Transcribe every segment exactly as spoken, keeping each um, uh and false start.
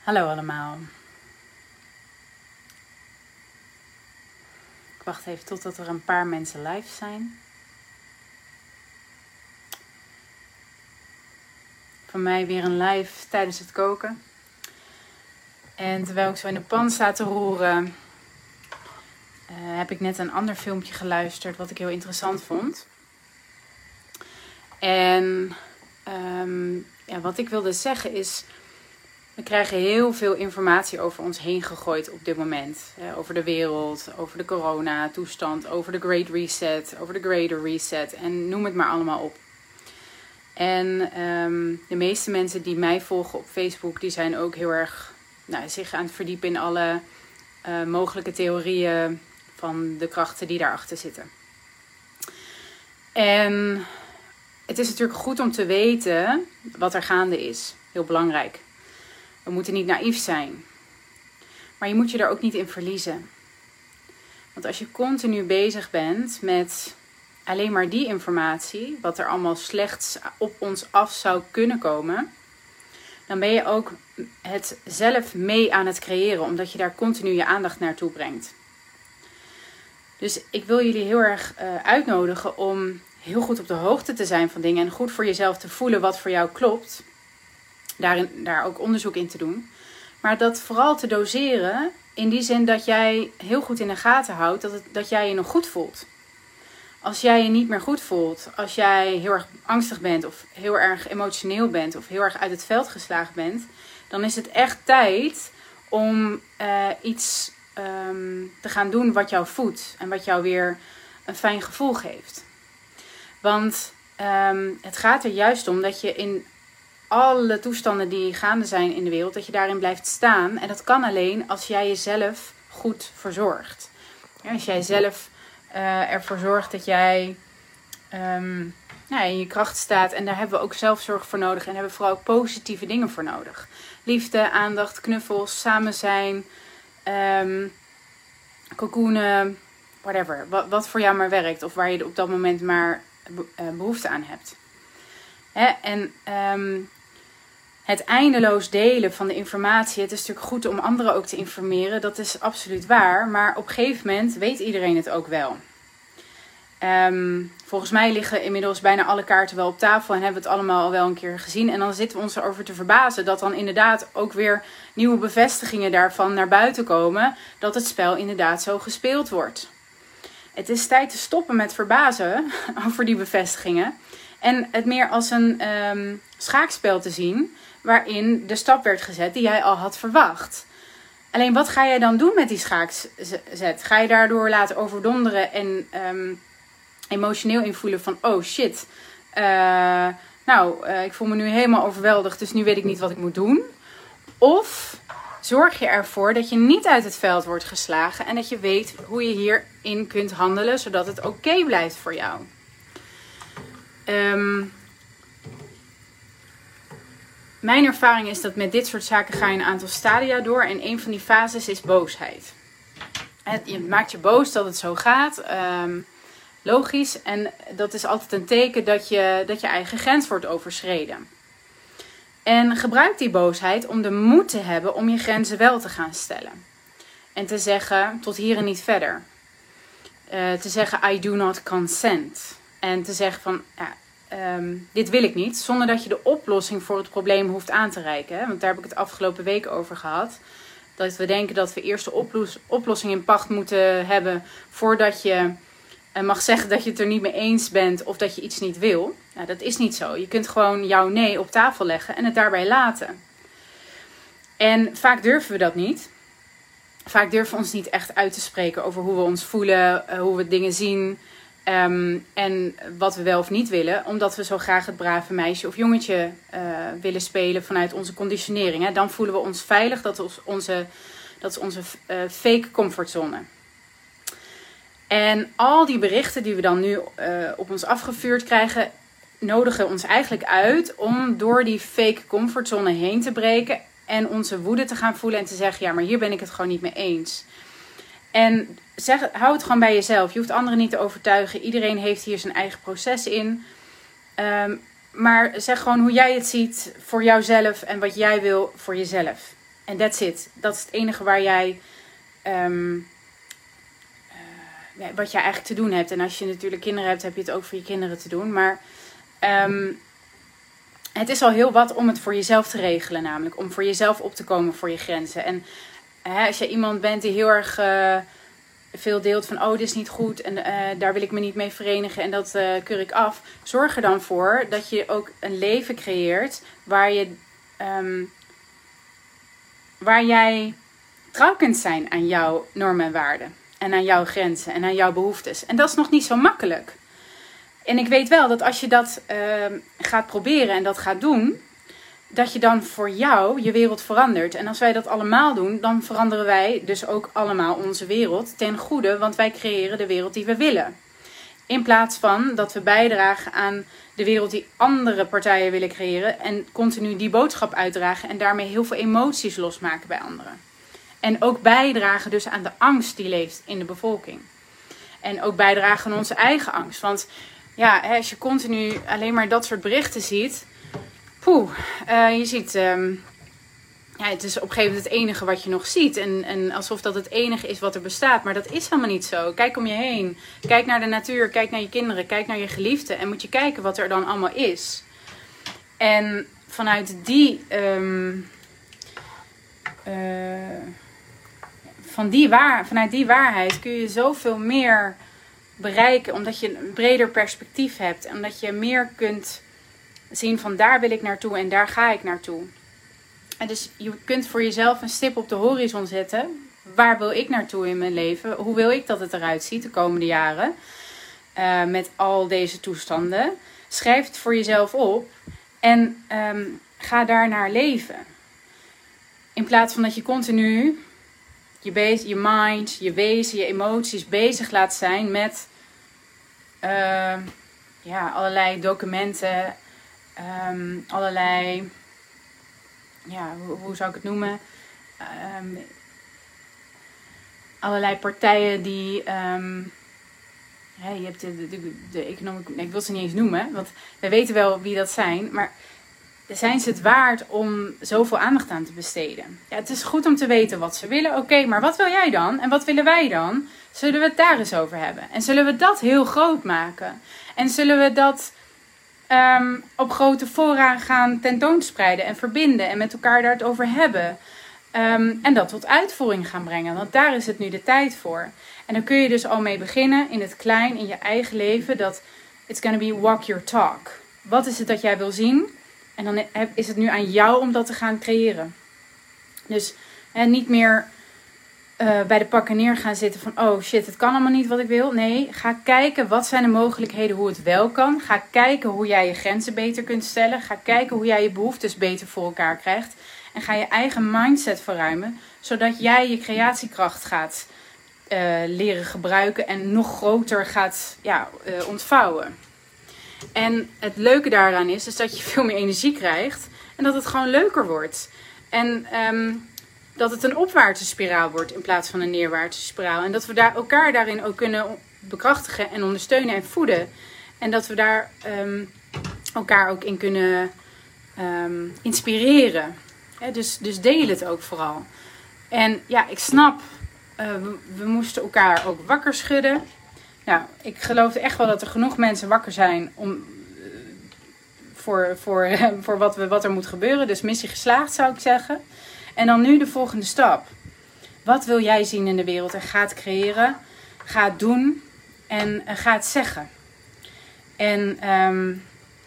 Hallo allemaal. Ik wacht even totdat er een paar mensen live zijn. Van mij weer een live tijdens het koken. En terwijl ik zo in de pan sta te roeren, uh, heb ik net een ander filmpje geluisterd wat ik heel interessant vond. En um, ja, wat ik wilde zeggen is, we krijgen heel veel informatie over ons heen gegooid op dit moment. Eh, over de wereld, over de corona-toestand, over de Great Reset, over de Greater Reset en noem het maar allemaal op. En um, de meeste mensen die mij volgen op Facebook, die zijn ook heel erg nou, zich aan het verdiepen in alle uh, mogelijke theorieën van de krachten die daarachter zitten. En het is natuurlijk goed om te weten wat er gaande is. Heel belangrijk. We moeten niet naïef zijn. Maar je moet je er ook niet in verliezen. Want als je continu bezig bent met alleen maar die informatie, wat er allemaal slechts op ons af zou kunnen komen, dan ben je ook het zelf mee aan het creëren, omdat je daar continu je aandacht naartoe brengt. Dus ik wil jullie heel erg uh, uitnodigen om heel goed op de hoogte te zijn van dingen en goed voor jezelf te voelen wat voor jou klopt. Daarin, daar ook onderzoek in te doen. Maar dat vooral te doseren in die zin dat jij heel goed in de gaten houdt dat, het, dat jij je nog goed voelt. Als jij je niet meer goed voelt, als jij heel erg angstig bent of heel erg emotioneel bent of heel erg uit het veld geslagen bent, dan is het echt tijd om uh, iets um, te gaan doen wat jou voedt en wat jou weer een fijn gevoel geeft. Want um, het gaat er juist om dat je in alle toestanden die gaande zijn in de wereld, dat je daarin blijft staan. En dat kan alleen als jij jezelf goed verzorgt. Ja, als jij zelf uh, ervoor zorgt dat jij um, ja, in je kracht staat. En daar hebben we ook zelfzorg voor nodig. En hebben we vooral ook positieve dingen voor nodig. Liefde, aandacht, knuffels, samen zijn, um, cocoonen, whatever. Wat, wat voor jou maar werkt. Of waar je op dat moment maar uh, behoefte aan hebt. Hè? En um, het eindeloos delen van de informatie. Het is natuurlijk goed om anderen ook te informeren. Dat is absoluut waar. Maar op een gegeven moment weet iedereen het ook wel. Um, volgens mij liggen inmiddels bijna alle kaarten wel op tafel. En hebben we het allemaal al wel een keer gezien. En dan zitten we ons erover te verbazen. Dat dan inderdaad ook weer nieuwe bevestigingen daarvan naar buiten komen. Dat het spel inderdaad zo gespeeld wordt. Het is tijd te stoppen met verbazen over die bevestigingen. En het meer als een um, schaakspel te zien, waarin de stap werd gezet die jij al had verwacht. Alleen wat ga jij dan doen met die schaakzet? Ga je daardoor laten overdonderen en um, emotioneel invoelen van, oh shit, uh, nou, uh, ik voel me nu helemaal overweldigd, dus nu weet ik niet wat ik moet doen. Of zorg je ervoor dat je niet uit het veld wordt geslagen en dat je weet hoe je hierin kunt handelen, zodat het oké okay blijft voor jou. Um, mijn ervaring is dat met dit soort zaken ga je een aantal stadia door. En een van die fases is boosheid. Het, je maakt je boos dat het zo gaat. Um, logisch. En dat is altijd een teken dat je, dat je eigen grens wordt overschreden. En gebruik die boosheid om de moed te hebben om je grenzen wel te gaan stellen. En te zeggen tot hier en niet verder. Uh, te zeggen I do not consent. En te zeggen van, ja, um, dit wil ik niet. Zonder dat je de oplossing voor het probleem hoeft aan te reiken. Hè? Want daar heb ik het afgelopen week over gehad. Dat we denken dat we eerst de oplos- oplossing in pacht moeten hebben. Voordat je uh, mag zeggen dat je het er niet mee eens bent. Of dat je iets niet wil. Nou, dat is niet zo. Je kunt gewoon jouw nee op tafel leggen. En het daarbij laten. En vaak durven we dat niet. Vaak durven we ons niet echt uit te spreken over hoe we ons voelen. Uh, hoe we dingen zien. Um, en wat we wel of niet willen. Omdat we zo graag het brave meisje of jongetje uh, willen spelen vanuit onze conditionering. Hè. Dan voelen we ons veilig. Dat is onze, dat is onze uh, fake comfortzone. En al die berichten die we dan nu uh, op ons afgevuurd krijgen, nodigen ons eigenlijk uit om door die fake comfortzone heen te breken. En onze woede te gaan voelen en te zeggen, ja, maar hier ben ik het gewoon niet mee eens. En zeg, hou het gewoon bij jezelf. Je hoeft anderen niet te overtuigen. Iedereen heeft hier zijn eigen proces in. Um, maar zeg gewoon hoe jij het ziet voor jouzelf en wat jij wil voor jezelf. En that's it. Dat is het enige waar jij, um, uh, wat jij eigenlijk te doen hebt. En als je natuurlijk kinderen hebt, heb je het ook voor je kinderen te doen. Maar um, het is al heel wat om het voor jezelf te regelen, namelijk. Om voor jezelf op te komen voor je grenzen. En hè, als je iemand bent die heel erg uh, veel deelt van, oh, dit is niet goed en uh, daar wil ik me niet mee verenigen en dat uh, keur ik af. Zorg er dan voor dat je ook een leven creëert waar je, um, waar jij trouw kunt zijn aan jouw normen en waarden. En aan jouw grenzen en aan jouw behoeftes. En dat is nog niet zo makkelijk. En ik weet wel dat als je dat uh, gaat proberen en dat gaat doen, dat je dan voor jou je wereld verandert. En als wij dat allemaal doen, dan veranderen wij dus ook allemaal onze wereld ten goede. Want wij creëren de wereld die we willen. In plaats van dat we bijdragen aan de wereld die andere partijen willen creëren. En continu die boodschap uitdragen en daarmee heel veel emoties losmaken bij anderen. En ook bijdragen dus aan de angst die leeft in de bevolking. En ook bijdragen aan onze eigen angst. Want ja, als je continu alleen maar dat soort berichten ziet. Poeh, uh, je ziet, um, ja, het is op een gegeven moment het enige wat je nog ziet. En, en alsof dat het enige is wat er bestaat. Maar dat is helemaal niet zo. Kijk om je heen. Kijk naar de natuur, kijk naar je kinderen, kijk naar je geliefden. En moet je kijken wat er dan allemaal is. En vanuit die, um, uh, van die waar, vanuit die waarheid kun je zoveel meer bereiken. Omdat je een breder perspectief hebt. Omdat je meer kunt zien van daar wil ik naartoe en daar ga ik naartoe. En dus je kunt voor jezelf een stip op de horizon zetten. Waar wil ik naartoe in mijn leven? Hoe wil ik dat het eruit ziet de komende jaren? Uh, met al deze toestanden. Schrijf het voor jezelf op. En um, ga daarnaar leven. In plaats van dat je continu je, be- je mind, je wezen, je emoties bezig laat zijn met uh, ja, allerlei documenten. Um, allerlei, ja, hoe, hoe zou ik het noemen? Um, allerlei partijen die, um, hè, je hebt de, de, de economic, nee, ik wil ze niet eens noemen, want we weten wel wie dat zijn, maar zijn ze het waard om zoveel aandacht aan te besteden? Ja, het is goed om te weten wat ze willen, oké, okay, maar wat wil jij dan? En wat willen wij dan? Zullen we het daar eens over hebben? En zullen we dat heel groot maken? En zullen we dat Um, op grote fora gaan tentoonspreiden en verbinden en met elkaar daar het over hebben. Um, en dat tot uitvoering gaan brengen, want daar is het nu de tijd voor. En dan kun je dus al mee beginnen in het klein, in je eigen leven, dat it's gonna be walk your talk. Wat is het dat jij wil zien? En dan is het nu aan jou om dat te gaan creëren. Dus hè, niet meer Uh, bij de pakken neer gaan zitten van, oh shit, het kan allemaal niet wat ik wil. Nee, ga kijken wat zijn de mogelijkheden hoe het wel kan. Ga kijken hoe jij je grenzen beter kunt stellen. Ga kijken hoe jij je behoeftes beter voor elkaar krijgt. En ga je eigen mindset verruimen, zodat jij je creatiekracht gaat uh, leren gebruiken en nog groter gaat ja, uh, ontvouwen. En het leuke daaraan is, is dat je veel meer energie krijgt en dat het gewoon leuker wordt. En Um, dat het een opwaartse spiraal wordt in plaats van een neerwaartse spiraal. En dat we daar elkaar daarin ook kunnen bekrachtigen en ondersteunen en voeden. En dat we daar um, elkaar ook in kunnen um, inspireren. He, dus, dus deel het ook vooral. En ja, ik snap, uh, we, we moesten elkaar ook wakker schudden. Nou, ik geloof echt wel dat er genoeg mensen wakker zijn om, uh, voor, voor, uh, voor wat, we, wat er moet gebeuren. Dus missie geslaagd, zou ik zeggen. En dan nu de volgende stap. Wat wil jij zien in de wereld? En ga het creëren. Ga het doen. En uh, ga het zeggen. En um,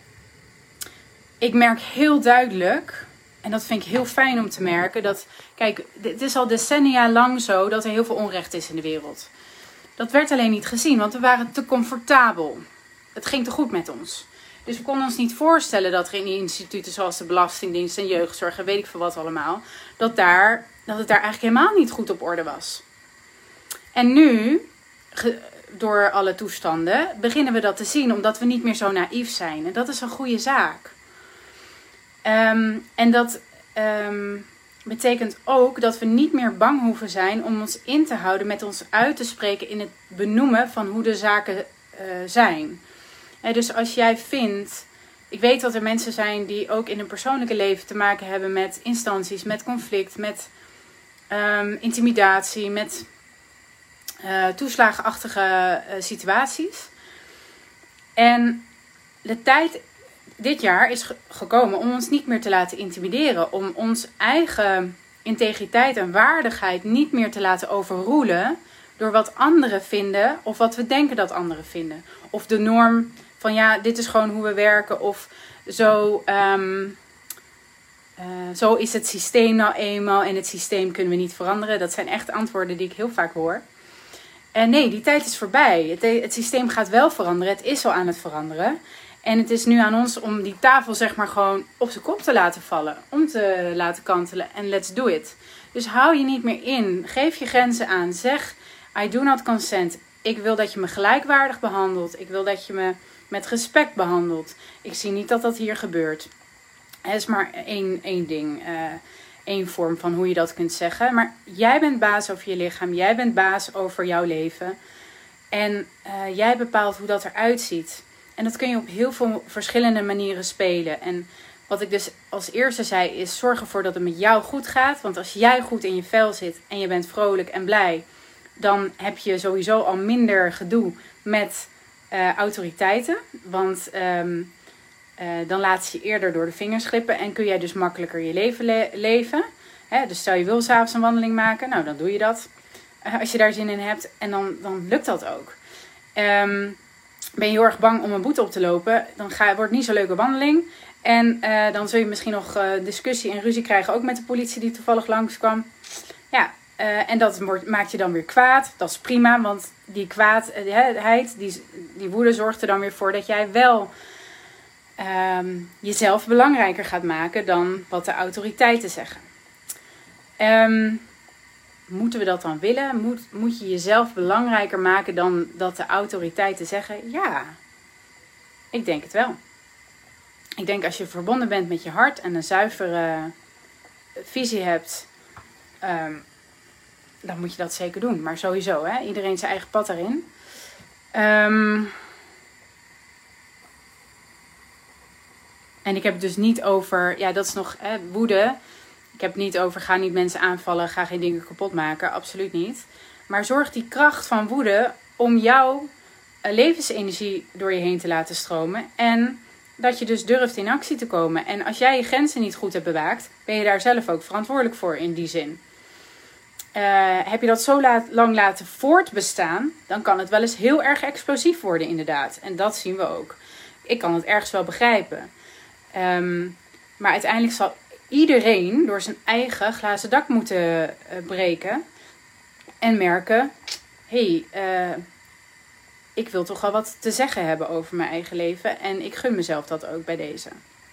ik merk heel duidelijk. En dat vind ik heel fijn om te merken. Dat, kijk, het is al decennia lang zo dat er heel veel onrecht is in de wereld. Dat werd alleen niet gezien. Want we waren te comfortabel. Het ging te goed met ons. Dus we konden ons niet voorstellen dat er in die instituten zoals de Belastingdienst en jeugdzorg en weet ik veel wat allemaal, dat, daar, dat het daar eigenlijk helemaal niet goed op orde was. En nu, ge, door alle toestanden, beginnen we dat te zien omdat we niet meer zo naïef zijn. En dat is een goede zaak. Um, en dat um, betekent ook dat we niet meer bang hoeven zijn om ons in te houden met ons uit te spreken in het benoemen van hoe de zaken uh, zijn. He, dus als jij vindt ik weet dat er mensen zijn die ook in hun persoonlijke leven te maken hebben met instanties, met conflict, met um, intimidatie, met uh, toeslagenachtige uh, situaties. En de tijd dit jaar is ge- gekomen om ons niet meer te laten intimideren. Om ons eigen integriteit en waardigheid niet meer te laten overroelen door wat anderen vinden of wat we denken dat anderen vinden. Of de norm van ja, dit is gewoon hoe we werken of zo, um, uh, zo is het systeem nou eenmaal en het systeem kunnen we niet veranderen. Dat zijn echt antwoorden die ik heel vaak hoor. En nee, die tijd is voorbij. Het, het systeem gaat wel veranderen. Het is al aan het veranderen. En het is nu aan ons om die tafel zeg maar gewoon op zijn kop te laten vallen. Om te laten kantelen en let's do it. Dus hou je niet meer in. Geef je grenzen aan. Zeg, I do not consent. Ik wil dat je me gelijkwaardig behandelt. Ik wil dat je me met respect behandelt. Ik zie niet dat dat hier gebeurt. Het is maar één, één ding. Uh, één vorm van hoe je dat kunt zeggen. Maar jij bent baas over je lichaam. Jij bent baas over jouw leven. En uh, jij bepaalt hoe dat eruit ziet. En dat kun je op heel veel verschillende manieren spelen. En wat ik dus als eerste zei is zorg ervoor dat het met jou goed gaat. Want als jij goed in je vel zit en je bent vrolijk en blij, dan heb je sowieso al minder gedoe met uh, autoriteiten. Want um, uh, dan laat ze je eerder door de vingers glippen en kun jij dus makkelijker je leven le- leven. Hè, dus stel je wil 's avonds een wandeling maken, nou dan doe je dat. Uh, als je daar zin in hebt en dan, dan lukt dat ook. Um, ben je heel erg bang om een boete op te lopen, dan ga, wordt het niet zo'n leuke wandeling. En uh, dan zul je misschien nog uh, discussie en ruzie krijgen, ook met de politie die toevallig langskwam. Ja, uh, en dat wordt, maakt je dan weer kwaad. Dat is prima, want die kwaadheid, die, die woede zorgt er dan weer voor dat jij wel um, jezelf belangrijker gaat maken dan wat de autoriteiten zeggen. Um, Moeten we dat dan willen? Moet, moet je jezelf belangrijker maken dan dat de autoriteiten zeggen? Ja, ik denk het wel. Ik denk als je verbonden bent met je hart en een zuivere visie hebt, um, dan moet je dat zeker doen. Maar sowieso, hè? Iedereen zijn eigen pad erin. Um, en ik heb het dus niet over, ja dat is nog hè, woede. Ik heb het niet over, ga niet mensen aanvallen, ga geen dingen kapot maken. Absoluut niet. Maar zorg die kracht van woede om jouw levensenergie door je heen te laten stromen. En dat je dus durft in actie te komen. En als jij je grenzen niet goed hebt bewaakt, ben je daar zelf ook verantwoordelijk voor in die zin. Uh, heb je dat zo laat, lang laten voortbestaan, dan kan het wel eens heel erg explosief worden inderdaad. En dat zien we ook. Ik kan het ergens wel begrijpen. Um, maar uiteindelijk zal iedereen door zijn eigen glazen dak moeten uh, breken. En merken, hé, hey, uh, ik wil toch wel wat te zeggen hebben over mijn eigen leven. En ik gun mezelf dat ook bij deze.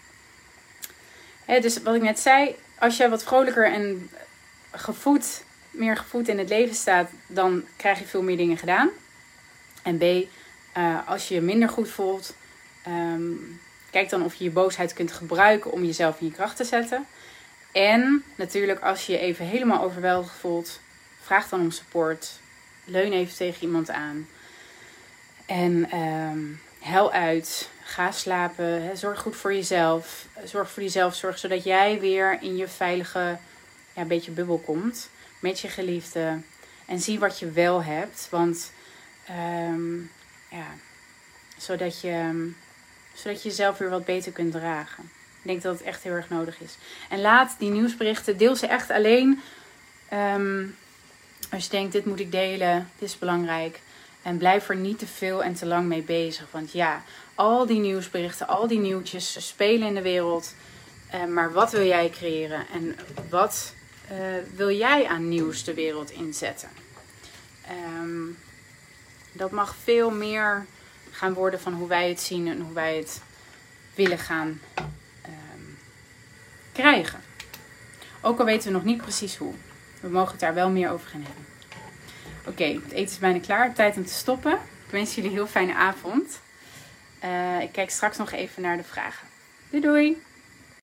Hè, dus wat ik net zei, als jij wat vrolijker en gevoed, meer gevoed in het leven staat, dan krijg je veel meer dingen gedaan. En B, uh, als je je minder goed voelt, um, kijk dan of je je boosheid kunt gebruiken om jezelf in je kracht te zetten. En natuurlijk als je je even helemaal overweldigd voelt, vraag dan om support. Leun even tegen iemand aan. En um, huil uit. Ga slapen. Hè. Zorg goed voor jezelf. Zorg voor die zelfzorg, zodat jij weer in je veilige ja, beetje bubbel komt. Met je geliefde. En zie wat je wel hebt. Want um, ja, zodat je... Um, zodat je jezelf weer wat beter kunt dragen. Ik denk dat het echt heel erg nodig is. En laat die nieuwsberichten, deel ze echt alleen. Um, als je denkt, dit moet ik delen, dit is belangrijk. En blijf er niet te veel en te lang mee bezig. Want ja, al die nieuwsberichten, al die nieuwtjes spelen in de wereld. Uh, maar wat wil jij creëren? En wat uh, wil jij aan nieuws de wereld inzetten? Um, dat mag veel meer gaan worden van hoe wij het zien en hoe wij het willen gaan um, krijgen. Ook al weten we nog niet precies hoe. We mogen het daar wel meer over gaan hebben. Oké, okay, het eten is bijna klaar. Tijd om te stoppen. Ik wens jullie een heel fijne avond. Uh, ik kijk straks nog even naar de vragen. Doei doei!